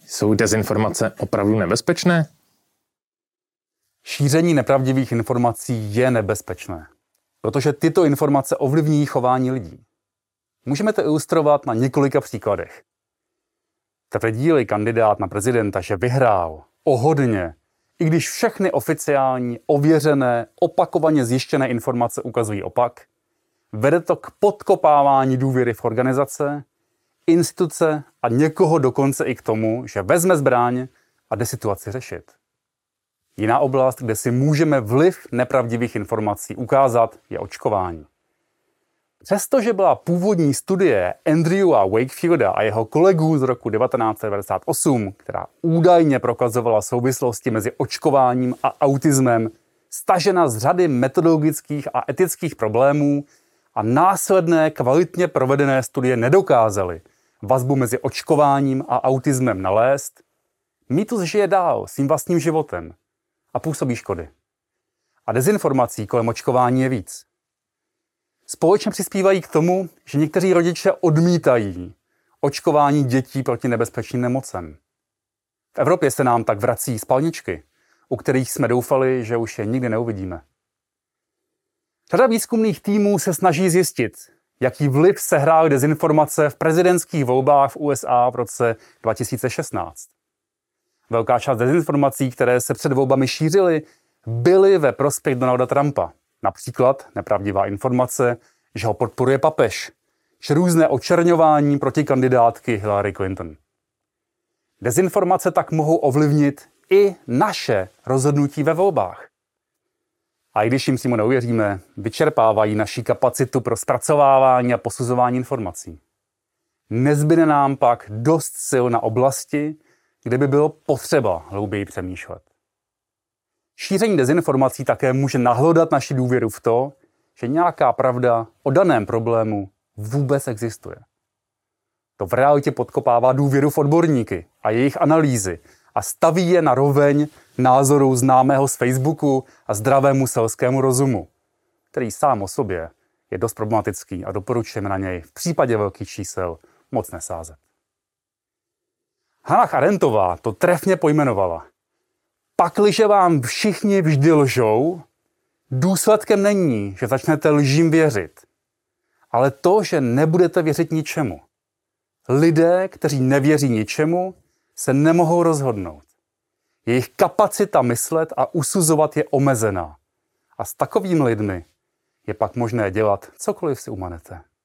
Jsou dezinformace opravdu nebezpečné? Šíření nepravdivých informací je nebezpečné, protože tyto informace ovlivní chování lidí. Můžeme to ilustrovat na několika příkladech. Tvrdí-li kandidát na prezidenta, že vyhrál o hodně, i když všechny oficiální, ověřené, opakovaně zjištěné informace ukazují opak, vede to k podkopávání důvěry v organizace, instituce a někoho dokonce i k tomu, že vezme zbraň a jde situaci řešit. Jiná oblast, kde si můžeme vliv nepravdivých informací ukázat, je očkování. Přestože byla původní studie Andrewa Wakefielda a jeho kolegů z roku 1998, která údajně prokazovala souvislosti mezi očkováním a autismem, stažena z řady metodologických a etických problémů a následné kvalitně provedené studie nedokázaly vazbu mezi očkováním a autismem nalézt, mýtus žije dál svým vlastním životem a působí škody. A dezinformací kolem očkování je víc. Společně přispívají k tomu, že někteří rodiče odmítají očkování dětí proti nebezpečným nemocem. V Evropě se nám tak vrací spalničky, u kterých jsme doufali, že už je nikdy neuvidíme. Řada výzkumných týmů se snaží zjistit, jaký vliv sehrály dezinformace v prezidentských volbách v USA v roce 2016. Velká část dezinformací, které se před volbami šířily, byly ve prospěch Donalda Trumpa. Například nepravdivá informace, že ho podporuje papež, či různé očerňování proti kandidátky Hillary Clinton. Dezinformace tak mohou ovlivnit i naše rozhodnutí ve volbách. A i když jim přímo neuvěříme, vyčerpávají naši kapacitu pro zpracovávání a posuzování informací. Nezbyde nám pak dost sil na oblasti, kde by bylo potřeba hlouběji přemýšlet. Šíření dezinformací také může nahlodat naši důvěru v to, že nějaká pravda o daném problému vůbec existuje. To v realitě podkopává důvěru v odborníky a jejich analýzy a staví je na roveň názorů známého z Facebooku a zdravému selskému rozumu, který sám o sobě je dost problematický a doporučujeme na něj v případě velkých čísel moc nesázet. Hannah Arendtová to trefně pojmenovala. Pakliže vám všichni vždy lžou, důsledkem není, že začnete lžím věřit, ale to, že nebudete věřit ničemu. Lidé, kteří nevěří ničemu, se nemohou rozhodnout. Jejich kapacita myslet a usuzovat je omezená. A s takovými lidmi je pak možné dělat cokoliv si umanete.